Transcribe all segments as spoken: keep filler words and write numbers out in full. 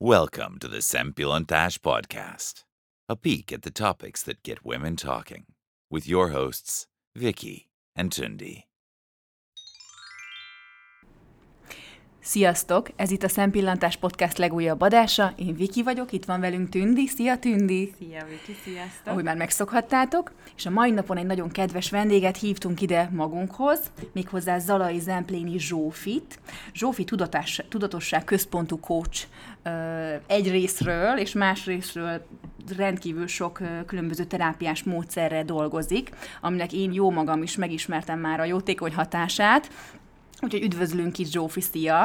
Welcome to the Szempillantás Podcast, a peek at the topics that get women talking, with your hosts, Vicky and Tündi. Sziasztok! Ez itt a Szempillantás Podcast legújabb adása. Én Viki vagyok, itt van velünk Tündi. Szia Tündi! Szia Viki, sziasztok! Ahogy már megszokhattátok, és a mai napon egy nagyon kedves vendéget hívtunk ide magunkhoz, méghozzá Zalai Zempléni Zsófit. Zsófi tudatás, tudatosság központú coach egy részről, és más részről rendkívül sok különböző terápiás módszerrel dolgozik, aminek én jó magam is megismertem már a jótékony hatását. Úgyhogy üdvözlünk itt, Zsófi, szia!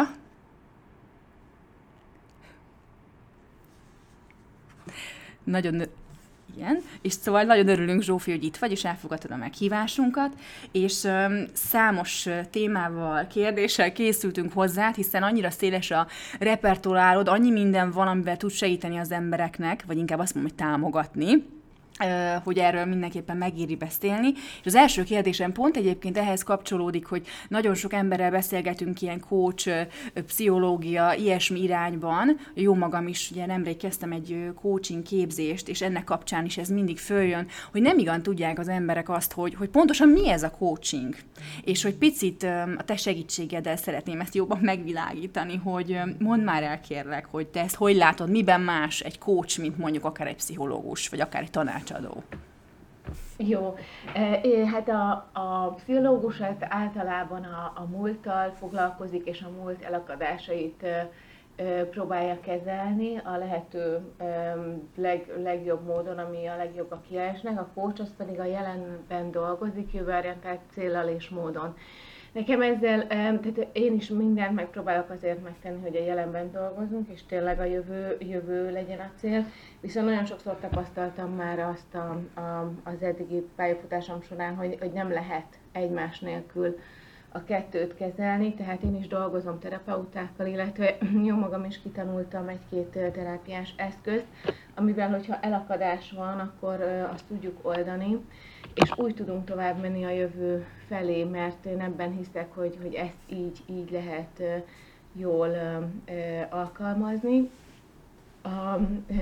Nagyon, igen, és szóval nagyon örülünk, Zsófi, hogy itt vagy, és elfogadtad a meghívásunkat, és um, számos témával, kérdéssel készültünk hozzá, hiszen annyira széles a repertoárod, annyi minden van, amivel tud segíteni az embereknek, vagy inkább azt mondom, hogy támogatni, hogy erről mindenképpen megéri beszélni. És az első kérdésem pont egyébként ehhez kapcsolódik, hogy nagyon sok emberrel beszélgetünk ilyen coach, pszichológia, ilyesmi irányban. Jó magam is, ugye nemrég kezdtem egy coaching képzést, és ennek kapcsán is ez mindig följön, hogy nem igazán tudják az emberek azt, hogy, hogy pontosan mi ez a coaching. És hogy picit a te segítségeddel szeretném ezt jobban megvilágítani, hogy mondd már el, kérlek, hogy te ezt hogy látod, miben más egy coach, mint mondjuk akár egy pszichológus, vagy akár egy tanács. Adó. Jó, hát a, a pszichológus általában a, a múlttal foglalkozik, és a múlt elakadásait próbálja kezelni a lehető leg, legjobb módon, ami a legjobb a kiesnek. A coach az pedig a jelenben dolgozik, jövőorientált céllal és módon. Nekem ezzel, tehát én is mindent megpróbálok azért megtenni, hogy a jelenben dolgozunk, és tényleg a jövő, jövő legyen a cél. Viszont nagyon sokszor tapasztaltam már azt a, a, az eddigi pályafutásom során, hogy, hogy nem lehet egymás nélkül a kettőt kezelni, tehát én is dolgozom terapeutákkal, illetve jó magam is kitanultam egy-két terápiás eszközt, amivel, hogyha elakadás van, akkor azt tudjuk oldani, és úgy tudunk tovább menni a jövő felé, mert én ebben hiszek, hogy, hogy ezt így, így lehet jól alkalmazni. A,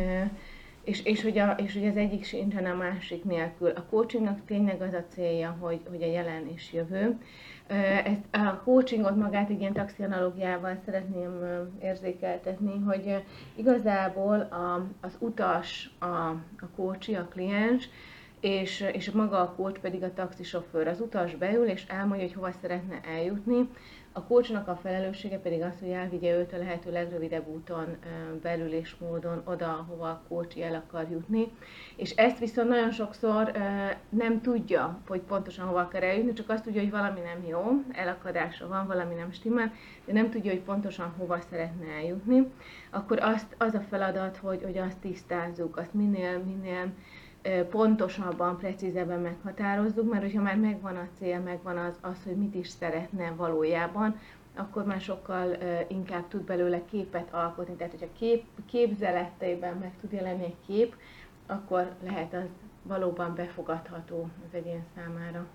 és, és, hogy a, és hogy az egyik sincsen a másik nélkül. A coachingnak tényleg az a célja, hogy, hogy a jelen és jövő. Ezt a coachingot magát egy ilyen taxi analógiával szeretném érzékeltetni, hogy igazából a, az utas, a, a coachi, a kliens, és, és maga a coach pedig a taxisofőr. Az utas beül és elmondja, hogy hova szeretne eljutni. A coachnak a felelőssége pedig az, hogy elvigye őt a lehető legrövidebb úton belül és módon oda, hova a coach el akar jutni. És ezt viszont nagyon sokszor nem tudja, hogy pontosan hova akar eljutni, csak azt tudja, hogy valami nem jó, elakadása van, valami nem stimmel, de nem tudja, hogy pontosan hova szeretne eljutni. Akkor azt, az a feladat, hogy, hogy azt tisztázzuk, azt minél, minél pontosabban, precízebben meghatározzuk, mert hogyha már megvan a cél, megvan az, az, hogy mit is szeretne valójában, akkor már sokkal uh, inkább tud belőle képet alkotni. Tehát, hogyha kép, képzeletében meg tud jelenni egy kép, akkor lehet az valóban befogadható az egyén számára.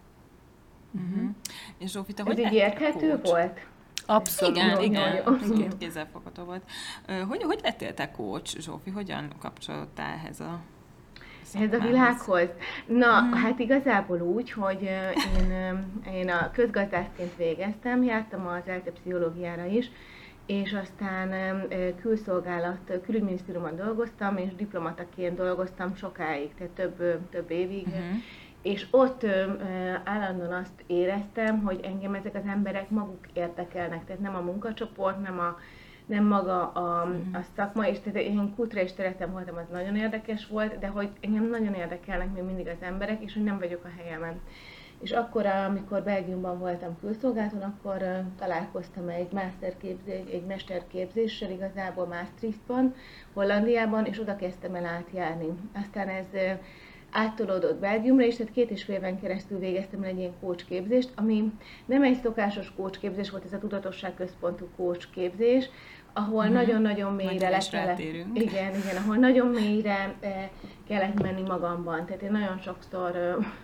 Uh-huh. És Zsófi, te Ez hogy így érthető volt? Abszolút. Igen, igen, igen. kézzelfogható volt. Hogy, hogy lettél te coach, Zsófi? Hogyan kapcsolódtál ehhez a Ez a világhoz? Na, hmm. hát igazából úgy, hogy én, én a közgazdászként végeztem, jártam az é el té pszichológiára is, és aztán külszolgálat, külügyminisztériumban dolgoztam, és diplomataként dolgoztam sokáig, tehát több, több évig. Uh-huh. És ott állandóan azt éreztem, hogy engem ezek az emberek maguk érdekelnek, tehát nem a munkacsoport, nem a nem maga a, a szakma, és tehát én kultúra és területen voltam, az nagyon érdekes volt, de hogy engem nagyon érdekelnek még mindig az emberek, és hogy nem vagyok a helyemen. És akkor, amikor Belgiumban voltam külszolgálaton, akkor uh, találkoztam egy masterképzés, egy mesterképzéssel, igazából Maastrichtban, Hollandiában, és oda kezdtem el átjárni. Aztán ez uh, áttolódott Belgiumra, és tehát két és fél éven keresztül végeztem el egy ilyen coach képzést, ami nem egy szokásos coach képzés volt, ez a tudatosság központú coach képzés, ahol mm-hmm. nagyon-nagyon mélyre le kellett, igen, igen, ahol nagyon mélyre eh, kellett menni magamban. Tehát én nagyon sokszor eh,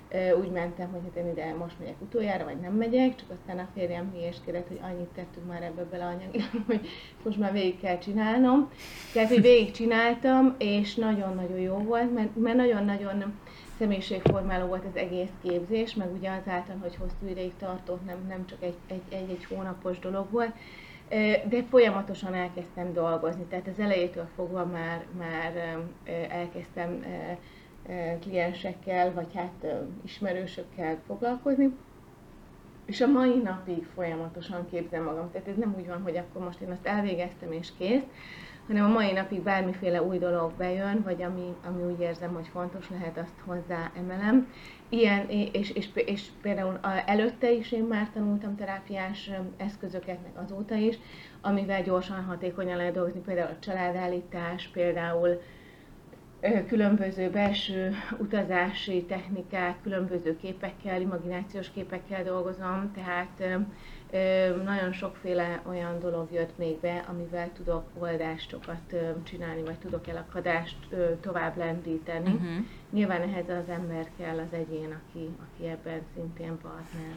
úgy mentem, hogy hát én ide most megyek utoljára, vagy nem megyek, csak aztán a férjem hülyéskedett, hogy annyit tettünk már ebbe bele anyagilag, hogy most már végig kell csinálnom. Tehát, hogy végig csináltam, és nagyon-nagyon jó volt, mert, mert nagyon-nagyon személyiségformáló volt az egész képzés, meg ugye azáltal, hogy hosszú ideig tartott, nem, nem csak egy-egy hónapos dolog volt, de folyamatosan elkezdtem dolgozni, tehát az elejétől fogva már, már elkezdtem kliensekkel, vagy hát ismerősökkel foglalkozni, és a mai napig folyamatosan képzem magam. Tehát ez nem úgy van, hogy akkor most én azt elvégeztem és kész, hanem a mai napig bármiféle új dolog bejön, vagy ami, ami úgy érzem, hogy fontos lehet, azt hozzá emelem. Ilyen, és, és, és például előtte is én már tanultam terápiás eszközöket, meg azóta is, amivel gyorsan, hatékonyan lehet dolgozni, például a családállítás, például különböző belső utazási technikák, különböző képekkel, imaginációs képekkel dolgozom, tehát nagyon sokféle olyan dolog jött még be, amivel tudok oldásokat csinálni, vagy tudok elakadást tovább lendíteni. Uh-huh. Nyilván ehhez az ember kell, az egyén, aki, aki ebben szintén partner.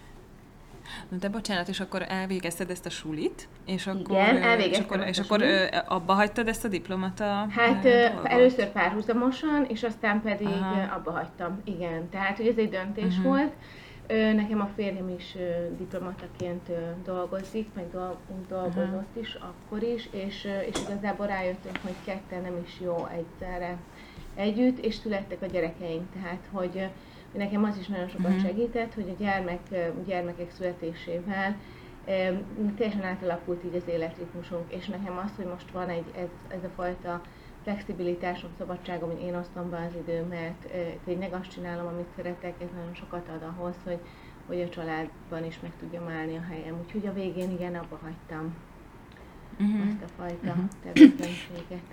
Na de bocsánat, és akkor elvégezted ezt a sulit, és akkor, igen, elvégeztem és akkor, és akkor abba hagytad ezt a diplomata? Hát dolgot? Először párhuzamosan, és aztán pedig Aha. abba hagytam, igen. Tehát, hogy ez egy döntés uh-huh. volt. Nekem a férjem is diplomataként dolgozik, meg dolgozott uh-huh. is, akkor is, és, és igazából rájöttünk, hogy ketten nem is jó egyszerre együtt, és születtek a gyerekeink, tehát, hogy nekem az is nagyon sokat uh-huh. segített, hogy a gyermek, gyermekek születésével e, teljesen átalakult így az életritmusunk, és nekem az, hogy most van egy, ez, ez a fajta flexibilitásom, szabadságom, hogy én osztom be az időmet, e, tényleg azt csinálom, amit szeretek, ez nagyon sokat ad ahhoz, hogy, hogy a családban is meg tudjam állni a helyem. Úgyhogy a végén igen, abba hagytam uh-huh. azt a fajta uh-huh. tevékenységet.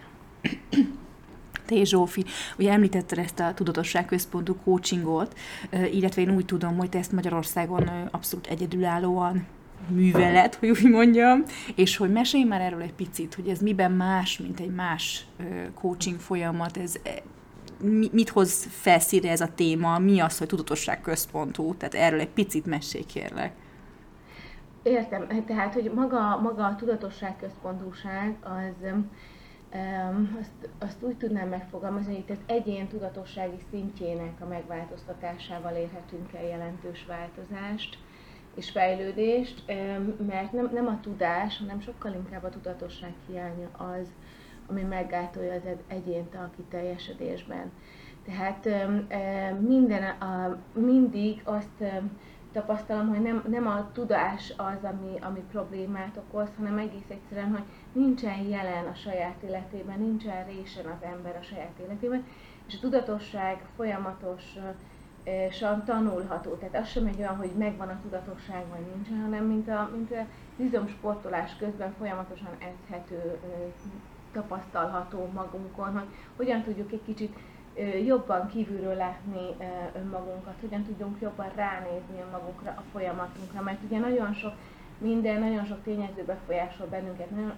Te, Zsófi, ugye említetted ezt a tudatosságközpontú coachingot, illetve én úgy tudom, hogy te ezt Magyarországon abszolút egyedülállóan műveled, hogy úgy mondjam, és hogy mesélj már erről egy picit, hogy ez miben más, mint egy más coaching folyamat, ez mit hoz felszínre ez a téma, mi az, hogy tudatosságközpontú, tehát erről egy picit mesélj, kérlek. Értem, tehát, hogy maga, maga a tudatosságközpontúság az Um, azt, azt úgy tudnám megfogalmazni, hogy az egyén tudatossági szintjének a megváltoztatásával érhetünk el jelentős változást és fejlődést, um, mert nem, nem a tudás, hanem sokkal inkább a tudatosság hiánya az, ami meggátolja az egyént a kiteljesedésben. Tehát um, minden, a, mindig azt um, tapasztalom, hogy nem, nem a tudás az, ami, ami problémát okoz, hanem egész egyszerűen, hogy nincsen jelen a saját életében, nincsen résen az ember a saját életében, és a tudatosság folyamatosan tanulható. Tehát az sem egy olyan, hogy megvan a tudatosság, vagy nincsen, hanem mint a, mint a izomsportolás közben folyamatosan edzhető, tapasztalható magunkon, hogy hogyan tudjuk egy kicsit jobban kívülről látni önmagunkat, hogyan tudjunk jobban ránézni önmagunkra, a folyamatunkra, mert ugye nagyon sok minden, nagyon sok tényező befolyásol bennünket. Nagyon,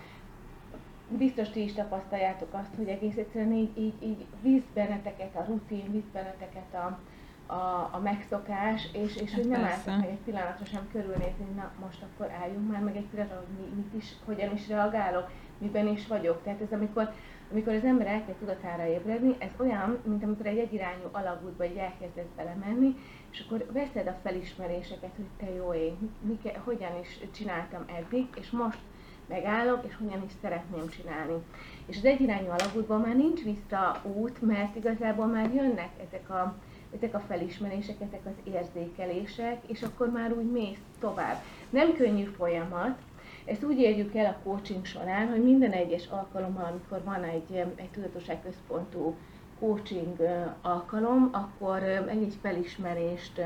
biztos ti is tapasztaljátok azt, hogy egész egyszerűen így, így, így visz benneteket a rutin, visz benneteket a, a, a megszokás, és, és hogy nem álltok meg egy pillanatra sem körülnézni, na most akkor álljunk már meg egy pillanatra, hogy mi, mit is, hogyan is reagálok, miben is vagyok. Tehát ez amikor Amikor az ember elkezd tudatára ébredni, ez olyan, mint amikor egy egyirányú alagútba így elkezdesz belemenni, és akkor veszed a felismeréseket, hogy te jó ég, mike, hogyan is csináltam eddig, és most megállok, és hogyan is szeretném csinálni. És az egyirányú alagútban már nincs vissza út, mert igazából már jönnek ezek a, ezek a felismerések, ezek az érzékelések, és akkor már úgy mész tovább. Nem könnyű folyamat. Ezt úgy érjük el a coaching során, hogy minden egyes alkalommal, amikor van egy, egy tudatosságközpontú coaching alkalom, akkor egy felismerést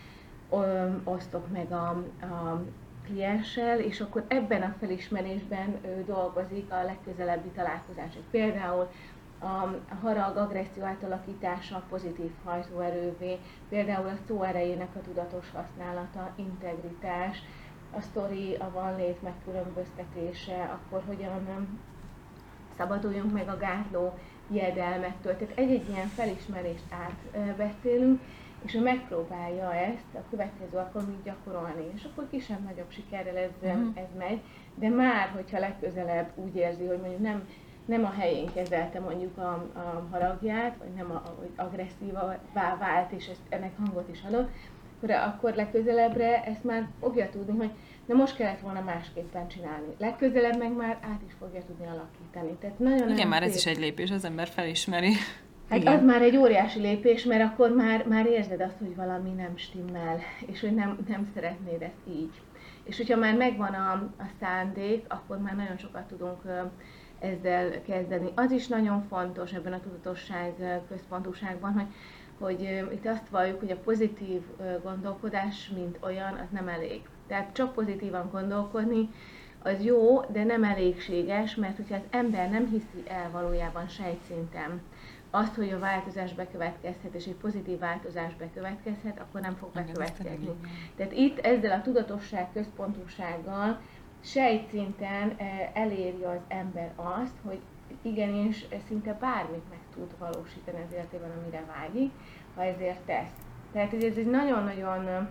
osztok meg a, a klienssel, és akkor ebben a felismerésben dolgozik a legközelebbi találkozások. Például a harag, agresszió átalakítása pozitív hajtóerővé, például a szó erejének a tudatos használata, integritás, a sztori, a vanlét megkülönböztetése, akkor hogyan szabaduljunk meg a gátló hiedelmektől. Tehát egy-egy ilyen felismerést átbeszélünk, és ő megpróbálja ezt a következő alkalomig gyakorolni, és akkor kisebb-nagyobb sikerrel ez, uh-huh. ez megy, de már, hogyha legközelebb úgy érzi, hogy mondjuk nem, nem a helyén kezelte mondjuk a, a haragját, vagy nem a, hogy agresszívá vált, és ezt, ennek hangot is adott, akkor, akkor legközelebbre ezt már fogja tudni, hogy na most kellett volna másképpen csinálni. Legközelebb meg már át is fogja tudni alakítani. Tehát nagyon Igen, már ez is egy lépés, az ember felismeri. Hát Igen. az már egy óriási lépés, mert akkor már, már érzed azt, hogy valami nem stimmel, és hogy nem, nem szeretnéd ezt így. És hogyha már megvan a, a szándék, akkor már nagyon sokat tudunk ezzel kezdeni. Az is nagyon fontos ebben a tudatosság központúságban, hogy, hogy itt azt valljuk, hogy a pozitív gondolkodás, mint olyan, az nem elég. Tehát csak pozitívan gondolkodni, az jó, de nem elégséges, mert hogyha az ember nem hiszi el valójában sejtszinten azt, hogy a változás bekövetkezhet, és egy pozitív változás bekövetkezhet, akkor nem fog bekövetkezni. Tehát itt ezzel a tudatosság központúsággal sejtszinten eléri az ember azt, hogy igenis szinte bármit meg tud valósítani az életében, amire vágyik, ha ezért tesz. Tehát ez egy nagyon-nagyon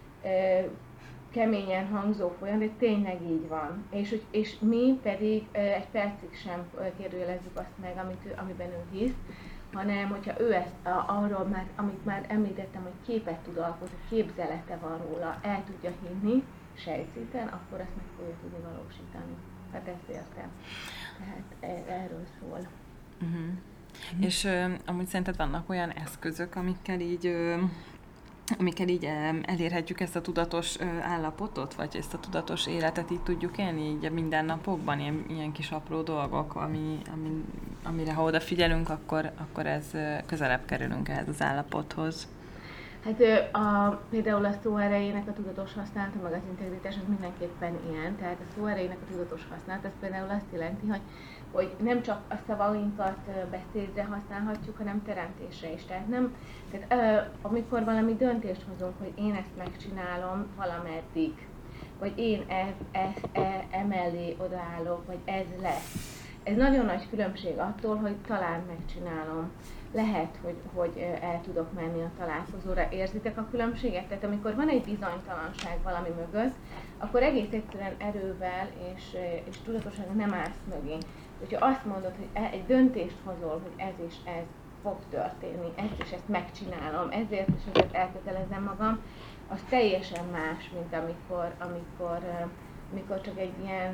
keményen hangzó folyamat, de tényleg így van. És, és mi pedig egy percig sem kérdőjelezzük azt meg, amit, amiben ő hisz, hanem hogyha ő ezt, arról már, amit már említettem, hogy képet tud alkotni, képzelete van róla, el tudja hinni sejtszinten, akkor ezt meg fogja tudni valósítani. Hát ezt értem. Tehát erről szól. Uh-huh. Uh-huh. És uh, amúgy szerinted vannak olyan eszközök, amikkel így uh, amikkel így elérhetjük ezt a tudatos állapotot, vagy ezt a tudatos életet így tudjuk élni így a mindennapokban, ilyen, ilyen kis apró dolgok, ami, ami, amire ha odafigyelünk, akkor, akkor ez közelebb kerülünk ehhez az állapothoz. Hát a, például a szó erejének a tudatos használata, meg az integritás az mindenképpen ilyen, tehát a szó erejének a tudatos használat, az például azt jelenti, hogy hogy nem csak a szavainkat beszédre használhatjuk, hanem teremtésre is. Tehát, nem, tehát amikor valami döntést hozunk, hogy én ezt megcsinálom valameddig, vagy én ez, ez, e, emellé odaállok, vagy ez lesz. Ez nagyon nagy különbség attól, hogy talán megcsinálom. Lehet, hogy, hogy el tudok menni a találkozóra. Érzitek a különbséget? Tehát amikor van egy bizonytalanság valami mögött, akkor egész egyszerűen erővel és, és tudatosságon nem állsz mögé. Hogyha azt mondod, hogy egy döntést hozol, hogy ez és ez fog történni, ezt és ezt megcsinálom, ezért és ezért elkötelezem magam, az teljesen más, mint amikor, amikor, amikor csak egy ilyen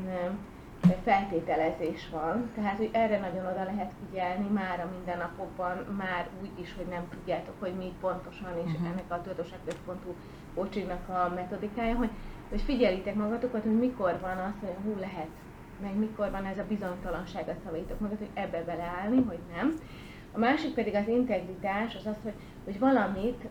feltételezés van. Tehát, hogy erre nagyon oda lehet figyelni már a mindennapokban, már úgy is, hogy nem tudjátok, hogy mi pontosan, és uh-huh. ennek a tudatosságközpontú coachingnak a metodikája, hogy, hogy figyelitek magatokat, hogy mikor van az, hogy hú, lehet, meg mikor van ez a bizonytalanság a szavaitok mögött, hogy ebbe beleállni, hogy nem. A másik pedig az integritás, az az, hogy, hogy valamit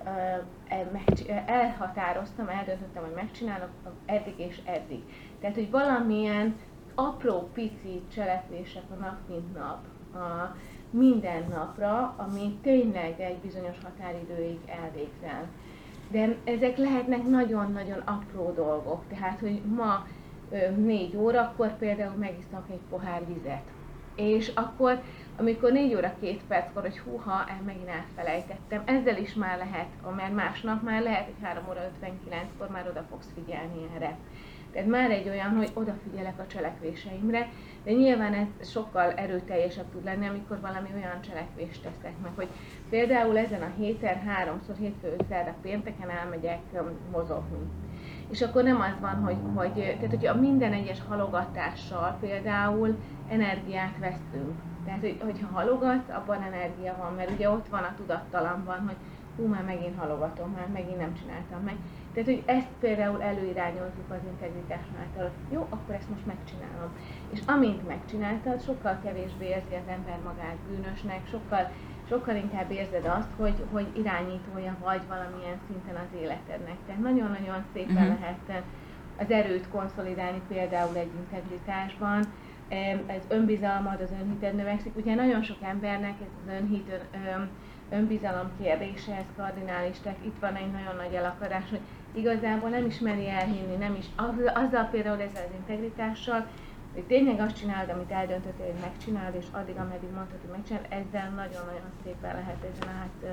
uh, elhatároztam, eldöntöttem, hogy megcsinálok eddig és eddig. Tehát, hogy valamilyen apró, pici cselekvések a nap, mint nap, a minden napra, ami tényleg egy bizonyos határidőig elvégzel. De ezek lehetnek nagyon-nagyon apró dolgok. Tehát, hogy ma négy órakor például megisznak egy pohár vizet. És akkor, amikor négy óra két perckor, hogy húha, megint elfelejtettem, ezzel is már lehet, mert másnap már lehet, hogy három óra ötvenkilenckor már oda fogsz figyelni erre. Tehát már egy olyan, hogy odafigyelek a cselekvéseimre, de nyilván ez sokkal erőteljesebb tud lenni, amikor valami olyan cselekvést teszek meg, hogy például ezen a héten háromszor, hétfő, szerda, pénteken elmegyek mozogni. És akkor nem az van, hogy, hogy, tehát, hogy a minden egyes halogatással például energiát vesztünk. Tehát, hogy, hogyha halogatsz, abban energia van, mert ugye ott van a tudattalamban, hogy hú, már megint halogatom, már megint nem csináltam meg. Tehát, hogy ezt például előirányozzuk az integritás által, hogy jó, akkor ezt most megcsinálom. És amint megcsináltad, sokkal kevésbé érzi az ember magát bűnösnek, sokkal, sokkal inkább érzed azt, hogy, hogy irányítója vagy valamilyen szinten az életednek. Tehát nagyon-nagyon szépen uh-huh. lehet az erőt konszolidálni például egy integritásban. Ez önbizalmad, az önhited növekszik. Ugye nagyon sok embernek ez az önhit, ön, önbizalom kérdése, ez kardinálisták, itt van egy nagyon nagy elakadás, hogy igazából nem is meri elhinni, nem is, azzal például ezzel az integritással, hogy tényleg azt csinálod, amit eldöntöttél, hogy megcsinálod, és addig, ameddig mondtad, hogy megcsinálod, ezzel nagyon-nagyon szépen lehet ezen át,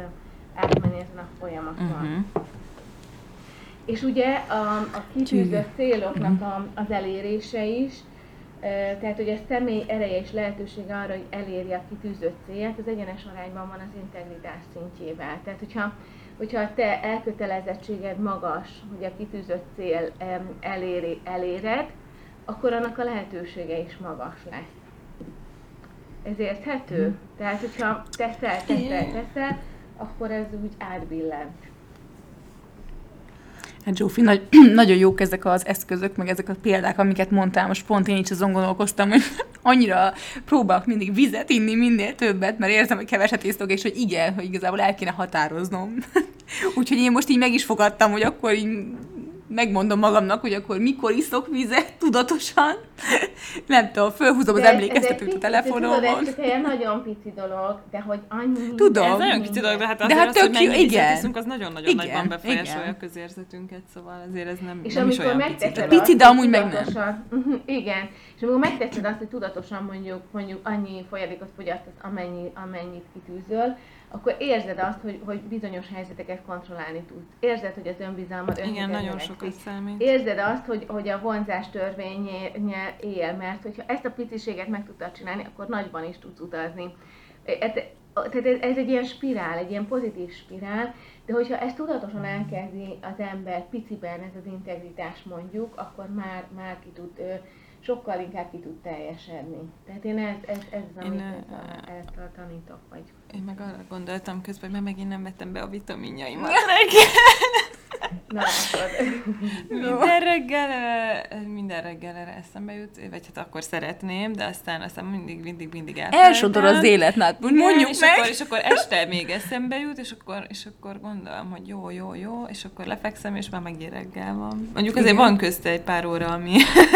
átmenni ezen a folyamaton. Uh-huh. És ugye a, a kitűzött céloknak a, az elérése is, tehát hogy a személy ereje és lehetősége arra, hogy elérje a kitűzött célját, az egyenes arányban van az integritás szintjével. Tehát hogyha, hogyha a te elkötelezettséged magas, hogy a kitűzött cél eléri, eléred, akkor annak a lehetősége is magas lesz. Ez érthető? Hmm. Tehát, hogyha teszel, teszel, teszel, akkor ez úgy átbillent. Hát Zsófi, nagy, nagyon jók ezek az eszközök, meg ezek a példák, amiket mondtál. Most pont én is azon gondolkoztam, hogy annyira próbálok mindig vizet inni, minél többet, mert érzem, hogy keveset isztok, és hogy igen, hogy igazából el kéne határoznom. Úgyhogy én most így meg is fogadtam, hogy akkor így megmondom magamnak, hogy akkor mikor iszok vizet tudatosan. Nem tudom, fölhúzom az emlékeztetőt a telefonomon. Ez csak egy nagyon pici dolog, de hogy annyi... Tudom. Ez nagyon pici dolog, de hát de azért hát az, hogy mennyi vizet iszunk, az nagyon-nagyon igen, nagyban befolyásolja igen. a közérzetünket, szóval azért ez nem, és nem is olyan pici. Pici, de amúgy meg nem. Uh-huh, igen, és amikor megteszed azt, hogy tudatosan mondjuk, mondjuk annyi folyadékot fogyasztasz, amennyi, amennyit kitűzöl, akkor érzed azt, hogy, hogy bizonyos helyzeteket kontrollálni tudsz. Érzed, hogy az önbizalmad igen, nagyon növekszik. Sokat számít. Érzed azt, hogy, hogy a vonzás törvénye él, mert hogyha ezt a piciséget meg tudtad csinálni, akkor nagyban is tudsz utazni. Tehát ez egy ilyen spirál, egy ilyen pozitív spirál, de hogyha ezt tudatosan elkezdi az ember piciben, ez az integritás mondjuk, akkor már, már ki tud, sokkal inkább ki tud teljesedni. Tehát én ez, ez, ez az, amit ezzel tanítok. Vagy. Én meg arra gondoltam közben, mert megint nem vettem be a vitaminjaimat. Na, minden reggel, minden reggel erre eszembe jut, vagy hát akkor szeretném, de aztán aztán mindig, mindig, mindig elfelejtem. Elsodor az életnát, mondjuk és meg. Akkor, és akkor este még eszembe jut, és akkor, és akkor gondolom, hogy jó, jó, jó, és akkor lefekszem, és már megint reggel van. Mondjuk azért van közte egy pár óra, ami...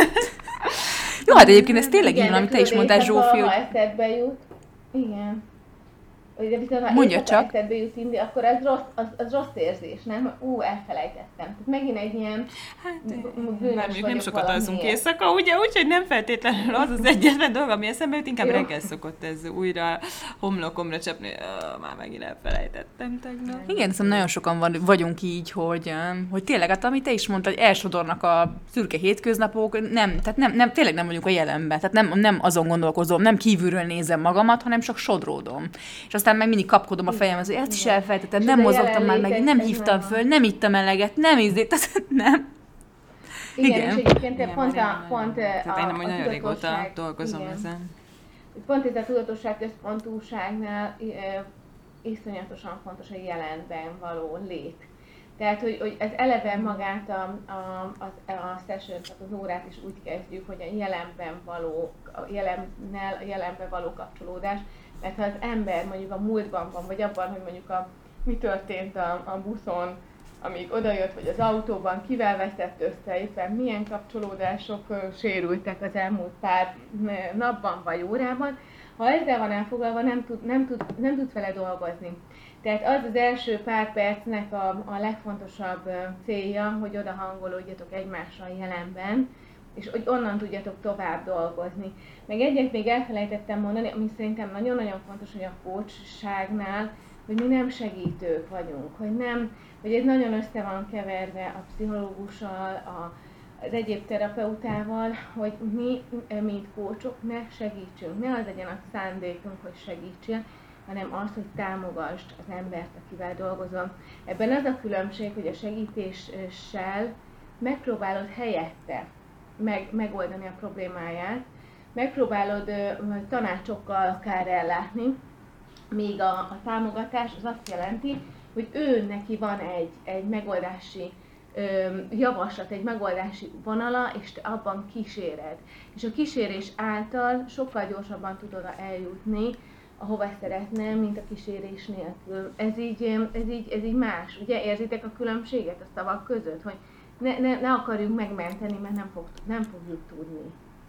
Jó, hát egyébként ez tényleg így van, amit te is mondtál, Zsófi, hogy... Ha eszedbe jut, igen. De viszont, ha mondja csak. eszedbe jut indi, akkor az rossz, az, az rossz érzés, nem? Ú, elfelejtettem. Tehát megint egy ilyen hát, bűnös nem sokat alszunk éjszaka, ugye? Úgyhogy nem feltétlenül az az egyetlen dolog, ami eszembe jut, inkább reggel szokott ez újra homlokomra csapni. Oh, már megint elfelejtettem tegnap. Igen, szóval nagyon sokan van, vagyunk így, hogy, hogy tényleg, hát amit te is mondtad, hogy elsodornak a szürke hétköznapok, nem, tehát nem, nem, tényleg nem vagyunk a jelenben, tehát nem, nem azon gondolkozom, nem kívülről nézem magamat, hanem csak sodródom. És aztán meg mindig kapkodom a fejemhez, hogy ezt is elfelejtettem, nem mozogtam már meg, nem hívtam föl, nem ittam eleget, nem ízét, nem. Igen, igen, és egyébként te pont a, pont a, a, én nem nagyon régóta dolgozom igen. ezen. Pont ez a tudatosság központúságnál iszonyatosan fontos a jelenben való lét. Tehát, hogy, hogy ez eleve magát a, a, a, a session, az órát is úgy kezdjük, hogy a jelenben való, a jelennel, a jelenben való kapcsolódás. Mert ha az ember mondjuk a múltban van, vagy abban, hogy mondjuk a, mi történt a, a buszon, amíg odajött, vagy az autóban, kivel veszett össze, éppen milyen kapcsolódások uh, sérültek az elmúlt pár napban vagy órában, ha ezzel van elfoglalva, nem tud, nem tud, nem tud vele dolgozni. Tehát az az első pár percnek a, a legfontosabb uh, célja, hogy odahangolódjatok egymással jelenben, és hogy onnan tudjatok tovább dolgozni. Meg egyet még elfelejtettem mondani, ami szerintem nagyon-nagyon fontos, hogy a coachságnál, hogy mi nem segítők vagyunk, hogy nem, hogy ez nagyon össze van keverve a pszichológussal, a, az egyéb terapeutával, hogy mi, mint coachok, ne segítsünk, ne az legyen a szándékunk, hogy segítsél, hanem az, hogy támogasd az embert, akivel dolgozom. Ebben az a különbség, hogy a segítéssel megpróbálod helyette meg, megoldani a problémáját, megpróbálod ö, tanácsokkal akár ellátni, míg a, a támogatás az azt jelenti, hogy ő neki van egy, egy megoldási ö, javaslat, egy megoldási vonala, és te abban kíséred. És a kísérés által sokkal gyorsabban tudod eljutni, ahova szeretném, mint a kísérés nélkül. Ez így, ez így, ez így más. Ugye érzitek a különbséget a szavak között, hogy ne, ne, ne akarjunk megmenteni, mert nem, fog, nem fogjuk tudni.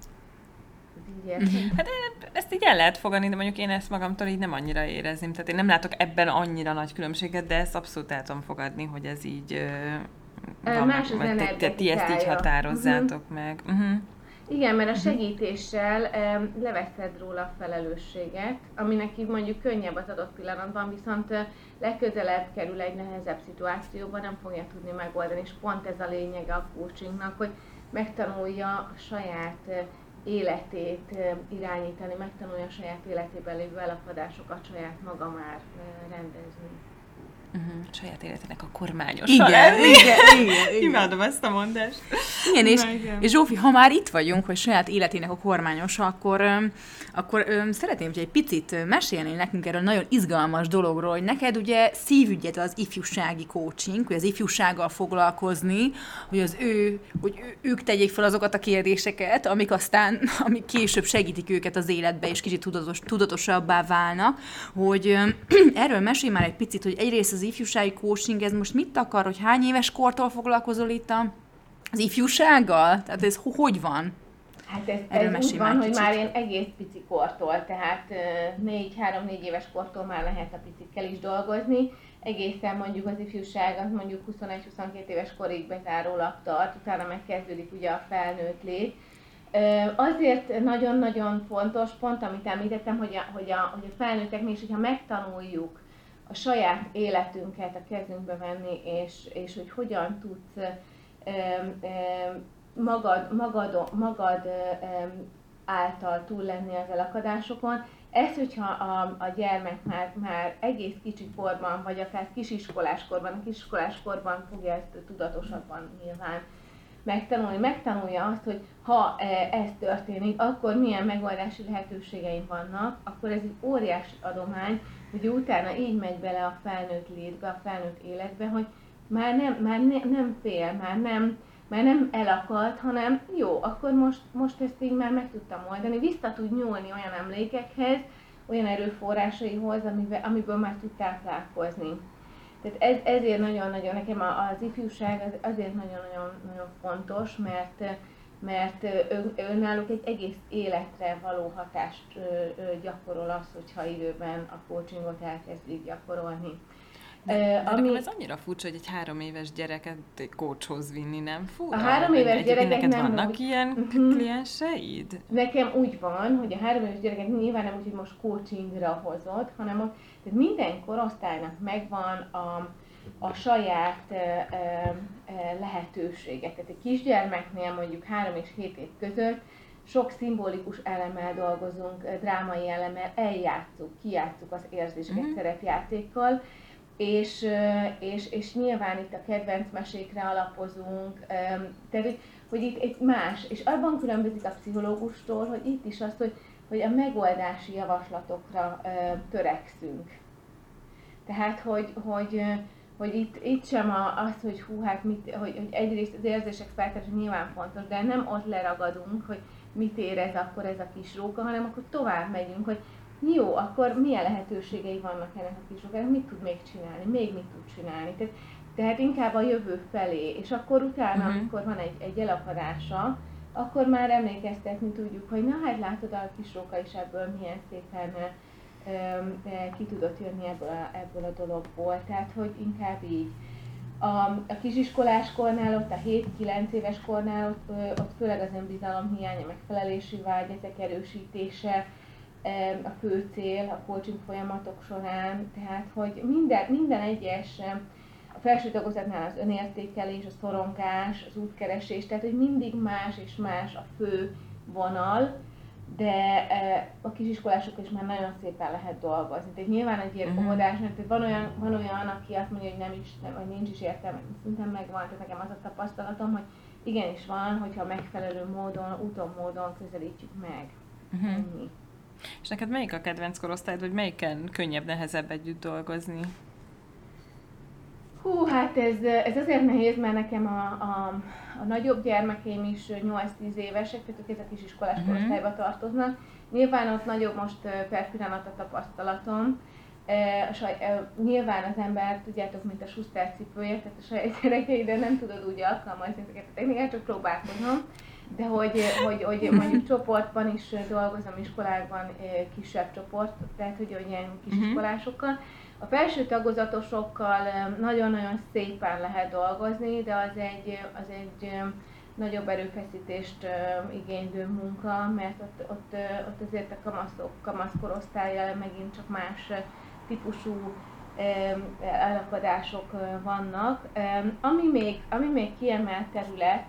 Hát ezt így el lehet fogadni, de mondjuk én ezt magamtól így nem annyira érezném. Tehát én nem látok ebben annyira nagy különbséget, de ezt abszolút el tudom fogadni, hogy ez így uh, van, más az te, te, ti ezt így határozzátok uh-huh. meg. Uh-huh. Igen, mert a segítéssel um, leveszed róla a felelősséget, ami neki mondjuk könnyebb az adott pillanatban, viszont uh, legközelebb kerül egy nehezebb szituációban, nem fogja tudni megoldani, és pont ez a lényege a coachingnak, hogy megtanulja a saját uh, életét uh, irányítani, megtanulja a saját életében lévő elakadásokat saját maga már uh, rendezni. Uh-huh. Saját életének a kormányos. Igen, igen, igen, igen. Imádom ezt a mondást. Igen, és, Na, igen. és Zsófi, ha már itt vagyunk, hogy saját életének a kormányosa, akkor, öm, akkor öm, szeretném, hogy egy picit mesélni nekünk erről nagyon izgalmas dologról, hogy neked ugye szívügyed az ifjúsági coaching, hogy az ifjúsággal foglalkozni, hogy az ő, hogy ő, ők tegyék fel azokat a kérdéseket, amik aztán, amik később segítik őket az életbe, és kicsit tudatos, tudatosabbá válnak, hogy öm, erről mesélj már egy picit, hogy egyrészt az ifjúsági coaching, ez most mit akar, hogy hány éves kortól foglalkozol itt a, az ifjúsággal? Tehát ez hogy van? Hát ez, ez úgy van, hogy már én egész pici kortól, tehát négy, három-négy éves kortól már lehet a picikkel is dolgozni. Egészen mondjuk az ifjúság, az mondjuk huszonegy-huszonkettő éves korig bezárólag tart, utána megkezdődik ugye a felnőtt lét. Azért nagyon-nagyon fontos, pont amit említettem, hogy a, hogy a, hogy a felnőtteknél is, hogyha megtanuljuk a saját életünket a kezünkbe venni, és, és hogy hogyan tudsz ö, ö, magad, magad, magad ö, által túl lenni az elakadásokon. Ez, hogyha a, a gyermek már, már egész kicsi korban, vagy akár kisiskoláskorban, a kisiskoláskorban fogja ezt tudatosabban nyilván megtanulni, megtanulja azt, hogy ha ez történik, akkor milyen megoldási lehetőségeim vannak, akkor ez egy óriási adomány, hogy utána így megy bele a felnőtt létbe, a felnőtt életbe, hogy már nem, már ne, nem fél, már nem, már nem elakad, hanem jó, akkor most, most ezt így már meg tudtam oldani, vissza tud nyúlni olyan emlékekhez, olyan erőforrásaihoz, amivel, amiből már tud táplálkozni. Tehát ez, ezért nagyon-nagyon, nekem az ifjúság az azért nagyon-nagyon fontos, mert, mert önnáluk egy egész életre való hatást gyakorol az, hogyha időben a coachingot elkezdik gyakorolni. De, de ami... nekem ez annyira furcsa, hogy egy három éves gyereket egy coachhoz vinni, nem fura? A három éves gyerekek neked nem vannak úgy. ilyen uh-huh. klienseid? Nekem úgy van, hogy a három éves gyereket nyilván nem úgy, hogy most coachingra hozod, hanem ott, tehát minden korosztálynak megvan a, a saját e, e, lehetősége. Tehát egy kisgyermeknél mondjuk három és hét év között sok szimbolikus elemmel dolgozunk, drámai elemmel, eljátszuk, kijátszuk az érzéseket uh-huh. szerepjátékkal, És, és, és nyilván itt a kedvenc mesékre alapozunk, tehát hogy itt egy más, és abban különbözik a pszichológustól, hogy itt is az, hogy, hogy a megoldási javaslatokra törekszünk. Tehát, hogy, hogy, hogy itt, itt sem az, hogy hú, hát mit, hogy, hogy egyrészt az érzések feltárása nyilván fontos, de nem ott leragadunk, hogy mit érez akkor ez a kis róka, hanem akkor tovább megyünk, hogy jó, akkor milyen lehetőségei vannak ennek a kisrókának, mit tud még csinálni, még mit tud csinálni. Tehát, tehát inkább a jövő felé, és akkor utána, uh-huh. amikor van egy, egy elakadása, akkor már emlékeztetni tudjuk, hogy na hát látod, a kisróka is ebből milyen szépen e, e, ki tudott jönni ebből a, ebből a dologból. Tehát, hogy inkább így. A, a kisiskoláskornál, ott a hét-kilenc éves kornál, ott, ott főleg az önbizalom hiánya, megfelelési vágy, ezek erősítése, a fő cél a coaching folyamatok során, tehát hogy minden, minden egyes, a felső tagozatnál az önértékelés, a szorongás, az útkeresés, tehát hogy mindig más és más a fő vonal, de a kisiskolások is már nagyon szépen lehet dolgozni. Tehát nyilván egy ilyen uh-huh. óvodásnak, tehát van olyan, van olyan, aki azt mondja, hogy nem is, nem, vagy nincs is értelme, szintén megvan, tehát nekem az a tapasztalatom, hogy igenis van, hogyha megfelelő módon, úton módon közelítjük meg. Uh-huh. Ennyi. És neked melyik a kedvenc korosztályod, vagy melyiken könnyebb, nehezebb együtt dolgozni? Hú, hát ez, ez azért nehéz, mert nekem a, a, a nagyobb gyermekeim is nyolc-tíz évesek, tehát ők ezek kisiskolás uh-huh. korosztályba tartoznak. Nyilván ott nagyobb most per pillanat a tapasztalatom. E, saj, e, nyilván az ember, tudjátok, mint a Schuster cipője, tehát a saját gyerekeidre nem tudod úgy alkalmazni ezeket a technikát, csak próbálkozom. De hogy, hogy, hogy mondjuk csoportban is dolgozom, iskolákban kisebb csoport, tehát hogy ilyen kisiskolásokkal. A felső tagozatosokkal nagyon-nagyon szépen lehet dolgozni, de az egy, az egy nagyobb erőfeszítést igénylő munka, mert ott, ott, ott azért a kamaszok, kamaszkorosztállyal megint csak más típusú elakadások vannak. Ami még, ami még kiemelt terület,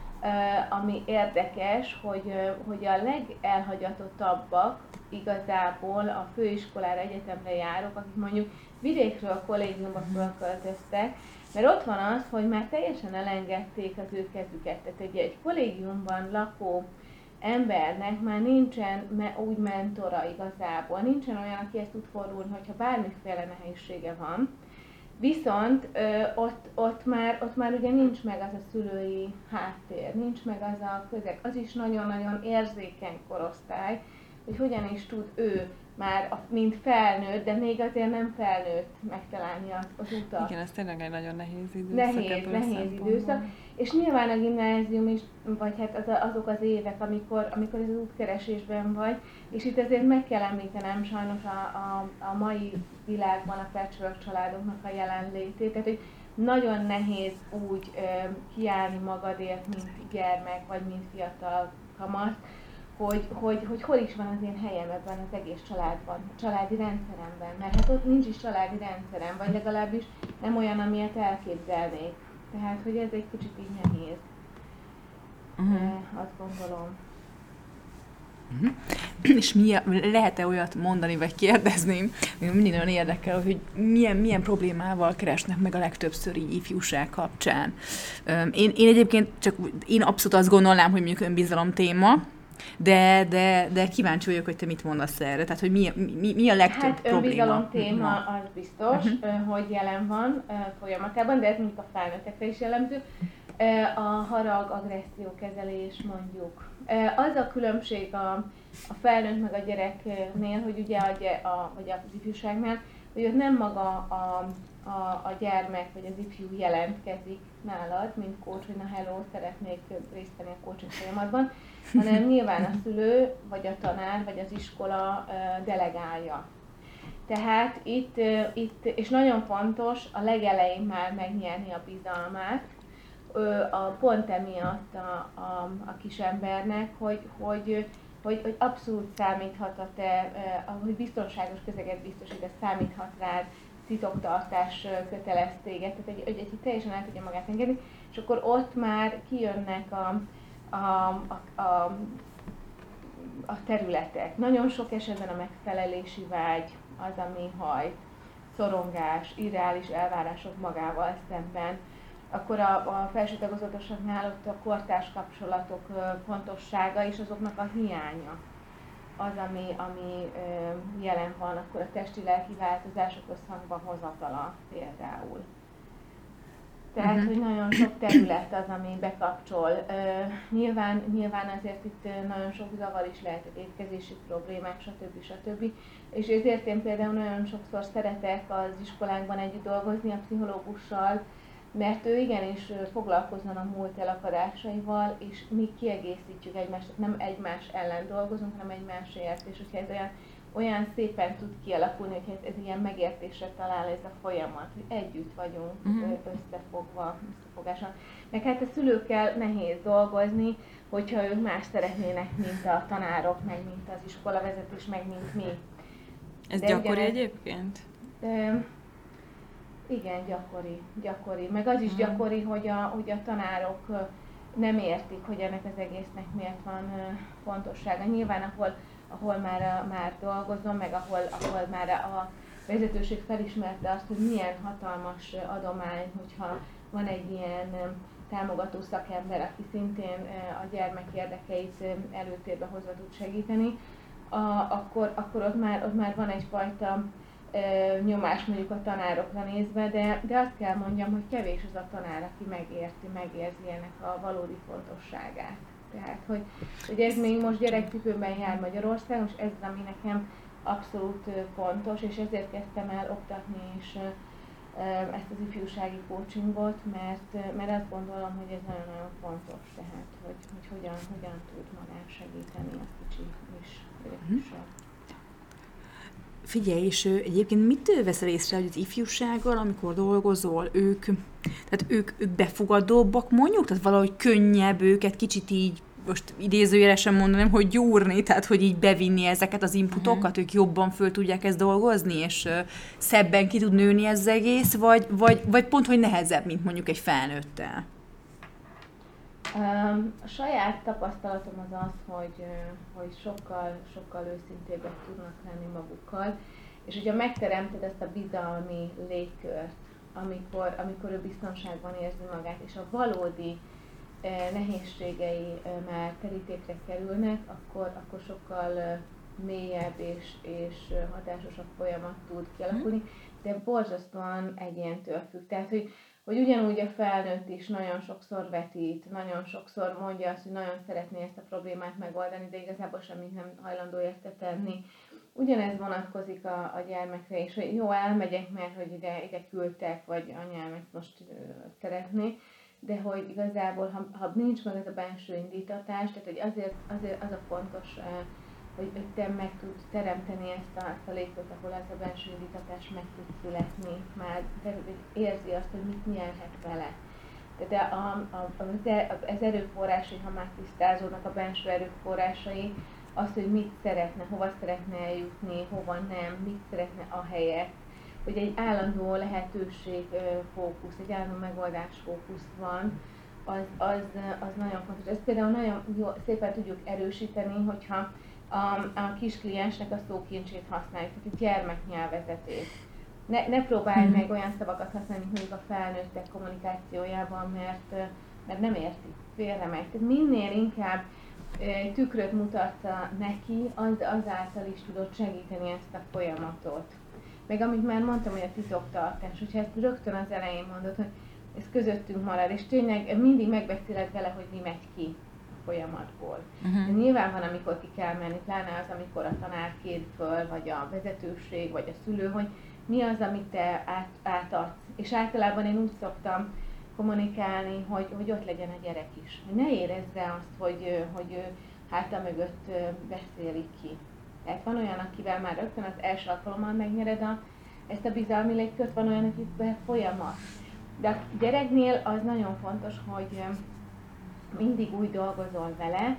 ami érdekes, hogy, hogy a legelhagyatottabbak igazából a főiskolára, egyetemre járok, akik mondjuk vidékről a kollégiumba fölköltöztek, mert ott van az, hogy már teljesen elengedték az ő kezüket. Tehát egy, egy kollégiumban lakó embernek már nincsen me, úgy mentora igazából, nincsen olyan, akihez tud fordulni, hogyha bármiféle nehézsége van. Viszont ö, ott, ott, már, ott már ugye nincs meg az a szülői háttér, nincs meg az a közeg, az is nagyon-nagyon érzékeny korosztály, hogy hogyan is tud ő már, mint felnőtt, de még azért nem felnőtt megtalálni az, az utat. Igen, ez tényleg egy nagyon nehéz időszak. Nehéz, nehéz időszak. És nyilván a gimnázium is, vagy hát az, azok az évek, amikor, amikor ez az útkeresésben vagy, és itt azért meg kell említenem sajnos a, a, a mai világban a patchwork családoknak a jelenlétét, tehát hogy nagyon nehéz úgy ö, kiállni magadért, mint gyermek, vagy mint fiatal kamasz, hogy, hogy, hogy hol is van az én helyem ebben az egész családban, a családi rendszeremben, mert hát ott nincs is családi rendszerem, vagy legalábbis nem olyan, amilyet elképzelnék. Tehát, hogy ez egy kicsit így nehéz. Uh-huh. Azt gondolom. Uh-huh. És milyen, lehet-e olyat mondani, vagy kérdezni, mindig nagyon érdekel, hogy milyen, milyen problémával keresnek meg a legtöbbször így ifjúság kapcsán. Én, én egyébként csak, én abszolút azt gondolnám, hogy mondjuk önbizalom téma, De, de, de kíváncsi vagyok, hogy te mit mondasz erre, tehát hogy mi, mi, mi a legtöbb hát, probléma? Hát önbizalom téma az biztos, uh-huh. hogy jelen van folyamatában, de ez mondjuk a felnőttekre is jellemző. A harag, agresszió kezelés mondjuk. Az a különbség a, a felnőtt meg a gyereknél, hogy ugye a, a, vagy az ifjúságnál, hogy ott nem maga a, a, a gyermek vagy az ifjú jelentkezik nálad, mint coach, hogy na hello, szeretnék részt venni a coaching folyamatban, hanem nyilván a szülő, vagy a tanár, vagy az iskola delegálja. Tehát itt, itt, és nagyon fontos a legelején már megnyerni a bizalmát, a, pont emiatt a, a, a kisembernek, hogy, hogy, hogy, hogy abszolút számíthat a te, hogy biztonságos közeget biztosít, számíthat rád, titoktartás kötelez téged, tehát egy, egy, egy teljesen el tudja magát engedni, és akkor ott már kijönnek a, a, a, a, a területek. Nagyon sok esetben a megfelelési vágy az, ami hajt, szorongás, irreális elvárások magával szemben. Akkor a, a felső tagozatosaknál ott a kortárs kapcsolatok fontossága és azoknak a hiánya az, ami, ami jelen van, akkor a testi-lelki változások összhangba hozatala például. Tehát, uh-huh. hogy nagyon sok terület az, ami bekapcsol. Uh, nyilván, nyilván azért itt nagyon sok zavar is lehet, étkezési problémák, stb. stb. És ezért én például nagyon sokszor szeretek az iskolánkban együtt dolgozni a pszichológussal, mert ő igenis foglalkozzon a múlt elakadásaival, és mi kiegészítjük egymást, tehát nem egymás ellen dolgozunk, hanem egymásért, és hogyha ez olyan, olyan szépen tud kialakulni, hogy ez, ez ilyen megértésre talál ez a folyamat, hogy együtt vagyunk uh-huh. összefogva, összefogáson. Meg hát a szülőkkel nehéz dolgozni, hogyha ők más szeretnének, mint a tanárok, meg mint az iskolavezetés, meg mint mi. Ez De gyakori ugyan, egyébként? De, igen, gyakori, gyakori. Meg az is hmm. gyakori, hogy a, hogy a tanárok nem értik, hogy ennek az egésznek miért van fontossága. Nyilván, ahol, ahol már, már dolgozom, meg ahol, ahol már a vezetőség felismerte azt, hogy milyen hatalmas adomány, hogyha van egy ilyen támogató szakember, aki szintén a gyermek érdekeit előtérbe hozva tud segíteni, a, akkor, akkor ott, már, ott már van egyfajta nyomás mondjuk a tanárokra nézve, de, de azt kell mondjam, hogy kevés az a tanár, aki megérti, megérzi ennek a valódi fontosságát. Tehát, hogy, hogy ez még most gyerekcipőben jár Magyarországon, és ez az, ami nekem abszolút fontos, és ezért kezdtem el oktatni is ezt az ifjúsági coachingot, mert, mert azt gondolom, hogy ez nagyon-nagyon fontos, tehát, hogy, hogy hogyan, hogyan tud magán segíteni a kicsi is, gyerekkisabb. Figyelj, és egyébként mit veszel észre, hogy az ifjúsággal, amikor dolgozol, ők Tehát ők, ők befogadóbbak mondjuk? Tehát valahogy könnyebb őket kicsit így, most idézőjelesen mondanám, hogy gyúrni, tehát hogy így bevinni ezeket az inputokat, uh-huh. ők jobban föl tudják ezt dolgozni, és uh, szebben ki tud nőni ez az egész, vagy, vagy, vagy pont, hogy nehezebb, mint mondjuk egy felnőttel? Um, a saját tapasztalatom az az, hogy, hogy sokkal, sokkal őszintébbek tudnak lenni magukkal, és hogyha megteremted ezt a bizalmi légkört, amikor, amikor ő biztonságban érzi magát, és a valódi eh, nehézségei eh, már terítékre kerülnek, akkor, akkor sokkal eh, mélyebb és, és hatásosabb folyamat tud kialakulni, de borzasztóan egyéntől függ. Tehát, hogy hogy ugyanúgy a felnőtt is nagyon sokszor vetít, nagyon sokszor mondja azt, hogy nagyon szeretné ezt a problémát megoldani, de igazából semmit nem hajlandó érte tenni. Ugyanez vonatkozik a, a gyermekre is, hogy jó, elmegyek, mert hogy ide, ide küldtek, vagy anyám ezt most uh, szeretné, de hogy igazából, ha, ha nincs meg ez a belső indítatás, tehát hogy azért, azért az a fontos, uh, hogy, hogy te meg tud teremteni ezt a, ezt a légkört, ahol ez a belső indítatás meg tud születni, már érzi azt, hogy mit nyerhet vele. Tehát a, a, az erőforrásai, ha már tisztázódnak a belső erőforrásai, az, hogy mit szeretne, hova szeretne eljutni, hova nem, mit szeretne a helyet, hogy egy állandó lehetőség fókusz, egy állandó megoldás fókusz van, az, az, az nagyon fontos. Ezt például nagyon jó, szépen tudjuk erősíteni, hogyha a, a kis kliensnek a szókincsét használjuk, tehát a gyermeknyelvezetét. Ne, ne próbálj meg olyan szavakat használni, mint mondjuk a felnőttek kommunikációjában, mert, mert nem érti, félremegy. Tehát minél inkább e, tükröt mutatsz neki, az, azáltal is tudod segíteni ezt a folyamatot. Meg amit már mondtam, hogy a titoktartás, hogyha ezt rögtön az elején mondod, hogy ez közöttünk marad, és tényleg mindig megbeszéled vele, hogy mi megy ki folyamatból. Uh-huh. Nyilván van, amikor ki kell menni, pláne az, amikor a tanár kér föl, vagy a vezetőség, vagy a szülő, hogy mi az, amit te át, átadsz. És általában én úgy szoktam kommunikálni, hogy, hogy ott legyen a gyerek is. Hogy ne érezze azt, hogy, hogy ő háta mögött beszélik ki. Tehát van olyan, akivel már rögtön az első alkalommal megnyered a, ezt a bizalmi légkört, van olyan, akikben folyamat. De a gyereknél az nagyon fontos, hogy mindig úgy dolgozol vele,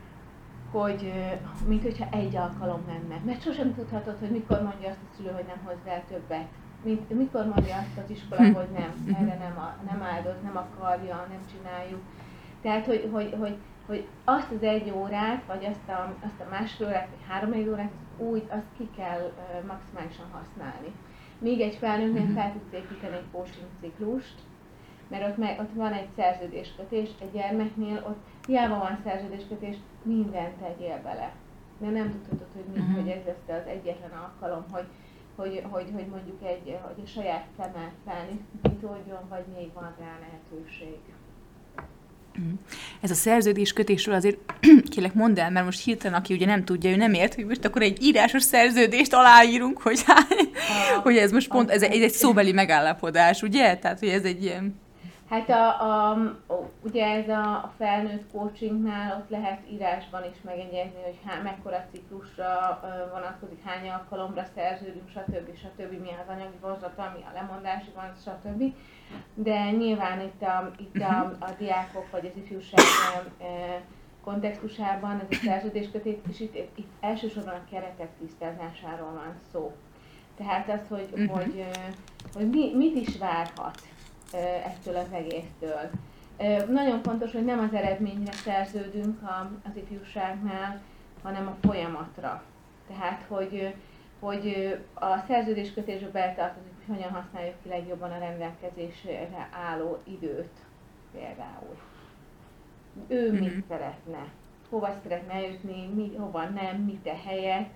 hogy mint hogyha egy alkalom lenne. Mert sosem tudhatod, hogy mikor mondja azt a szülő, hogy nem hozz el többet. Mint, mikor mondja azt az iskola, hogy nem, erre nem, nem áldoz, nem akarja, nem csináljuk. Tehát, hogy, hogy, hogy, hogy azt az egy órát, vagy azt a, azt a másfél órát, vagy három órát, azt úgy, azt ki kell uh, maximálisan használni. Míg egy felnőttnél fel tudsz építeni egy coaching ciklust, mert ott, meg, ott van egy szerződéskötés, egy gyermeknél ott hiába van szerződéskötés, mindent tegyél bele. De nem tudhatod, hogy mi, uh-huh. hogy ez lesz az egyetlen alkalom, hogy, hogy, hogy, hogy mondjuk egy, hogy a saját szemmel felnyitódjon, vagy még van rá lehetőség. Ez a szerződéskötésről azért kérlek mondd el, mert most hirtelen, aki ugye nem tudja, ő nem ért, hogy most akkor egy írásos szerződést aláírunk, hogy, a, hogy ez most pont, ez egy, egy szóbeli megállapodás, ugye? Tehát, hogy ez egy ilyen... Hát a, a, ugye ez a, a felnőtt coachingnál ott lehet írásban is megegyezni, hogy há, mekkora ciklusra vonatkozik, hány alkalomra szerződünk, stb. stb. Mi az anyagi vonzata, mi a lemondási vonzat, stb. De nyilván itt a, itt a, a diákok vagy az ifjúság kontextusában ez a szerződéskötés, és itt, itt elsősorban a keretek tisztázásáról van szó. Tehát az, hogy, uh-huh. hogy, hogy mi, mit is várhat ettől az egésztől. Nagyon fontos, hogy nem az eredményre szerződünk az ifjúságnál, hanem a folyamatra. Tehát, hogy, hogy a szerződéskötésbe beletartozik, hogy hogyan használjuk ki legjobban a rendelkezésre álló időt például. Ő mm-hmm. mit szeretne, hova szeretne eljutni, mi, hova nem, mit a helyet,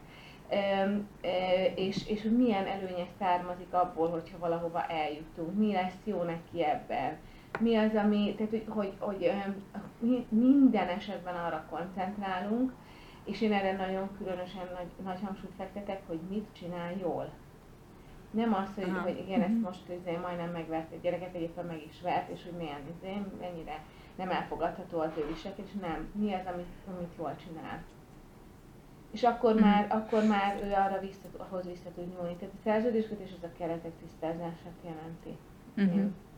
és, és milyen előnye származik abból, hogyha valahova eljutunk, mi lesz jó neki ebben. Mi az, ami, tehát hogy, hogy, hogy minden esetben arra koncentrálunk, és én erre nagyon különösen nagy, nagy hangsúlyt fektetek, hogy mit csinál jól. Nem az, hogy, hogy igen, ezt most izé, majdnem megvert egy gyereket, egyébként meg is vert, és hogy milyen izé, mennyire nem elfogadható az ő viselkedés, nem. Mi az, amit, amit jól csinál. És akkor, mm. már, akkor már ő arra vissza, ahhoz vissza tud nyúlni. Tehát a szerződéskötés az a keretek tisztázását jelenti. Mm-hmm.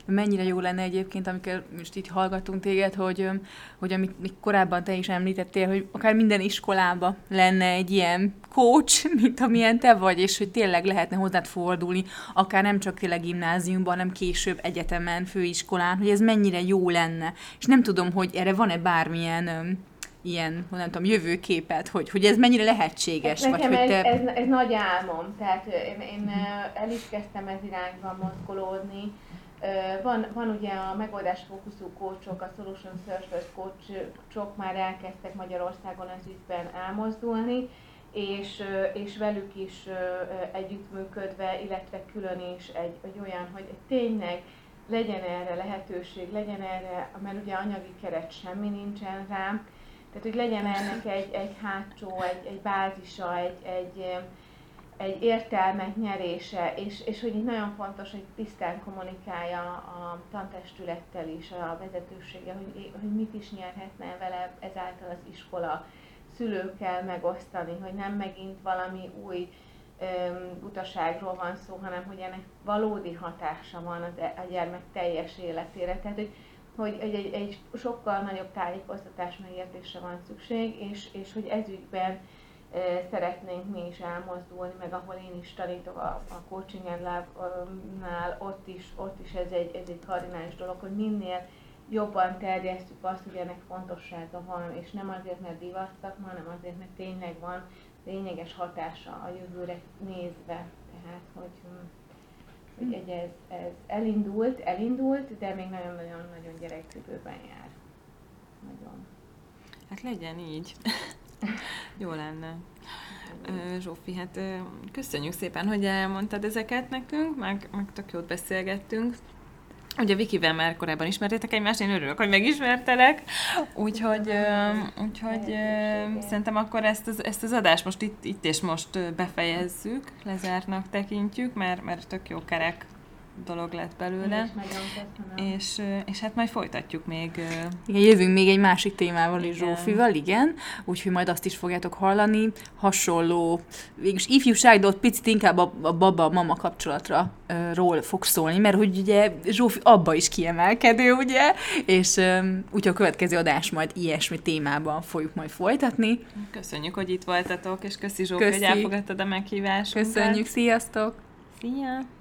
mennyire jó lenne egyébként, amikor most így hallgatunk téged, hogy, hogy amit korábban te is említettél, hogy akár minden iskolában lenne egy ilyen coach, mint amilyen te vagy, és hogy tényleg lehetne hozzád fordulni, akár nem csak tényleg gimnáziumban, hanem később egyetemen, főiskolán, hogy ez mennyire jó lenne. És nem tudom, hogy erre van-e bármilyen ilyen, nem tudom, jövőképet, hogy, hogy ez mennyire lehetséges. Nekem vagy, ez, hogy te... ez, ez nagy álmom, tehát én, én el is kezdtem ez irányba mozgolódni. Van, van ugye a megoldásfókuszú coachok, a Solution Search coachok már elkezdtek Magyarországon az ügyben elmozdulni, és, és velük is együttműködve, illetve külön is egy, egy olyan, hogy tényleg legyen erre lehetőség, legyen erre, mert ugye anyagi keret semmi nincsen rá, tehát hogy legyen ennek egy, egy hátsó, egy, egy bázisa, egy, egy, egy értelmet nyerése, és, és hogy így nagyon fontos, hogy tisztán kommunikálja a tantestülettel is, a vezetősége, hogy, hogy mit is nyerhetne vele ezáltal az iskola, szülőkkel megosztani, hogy nem megint valami új öm, utaságról van szó, hanem hogy ennek valódi hatása van az, a gyermek teljes életére. Tehát, hogy, hogy egy, egy, egy sokkal nagyobb tájékoztatás megértésre van szükség, és, és hogy ezügyben e, szeretnénk mi is elmozdulni, meg ahol én is tanítok a, a Coaching and Love-nál, ott is, ott is ez egy, ez egy kardinális dolog, hogy minél jobban terjesztjük azt, hogy ennek fontossága van, és nem azért, mert divatszakma, hanem azért, mert tényleg van lényeges hatása a jövőre nézve. Tehát, hogy, hogy egy, ez, ez elindult, elindult, de még nagyon-nagyon-nagyon gyerekcipőben jár. Nagyon. Hát legyen így. Jó lenne. Zsófi, hát köszönjük szépen, hogy elmondtad ezeket nekünk, meg, meg tök jót beszélgettünk. Ugye Vikivel már korábban ismertétek egymást, én örülök, hogy megismertelek, úgyhogy, uh, úgyhogy uh, szerintem akkor ezt az, ezt az adást most itt, itt és most befejezzük, lezártnak tekintjük, mert, mert tök jó kerek dolog lett belőle. És, és hát majd folytatjuk még. Igen, jövünk még egy másik témával is Zsófival, igen, úgyhogy majd azt is fogjátok hallani. Hasonló, végülis ifjúság, de ott picit inkább a, a baba-mama kapcsolatra uh, ról fog szólni, mert hogy ugye Zsófi abba is kiemelkedő, ugye, és um, úgyhogy a következő adás majd ilyesmi témában fogjuk majd folytatni. Köszönjük, hogy itt voltatok, és köszi Zsófi, köszi. hogy elfogadtad a meghívásunkat. Köszönjük, sziasztok! Szia!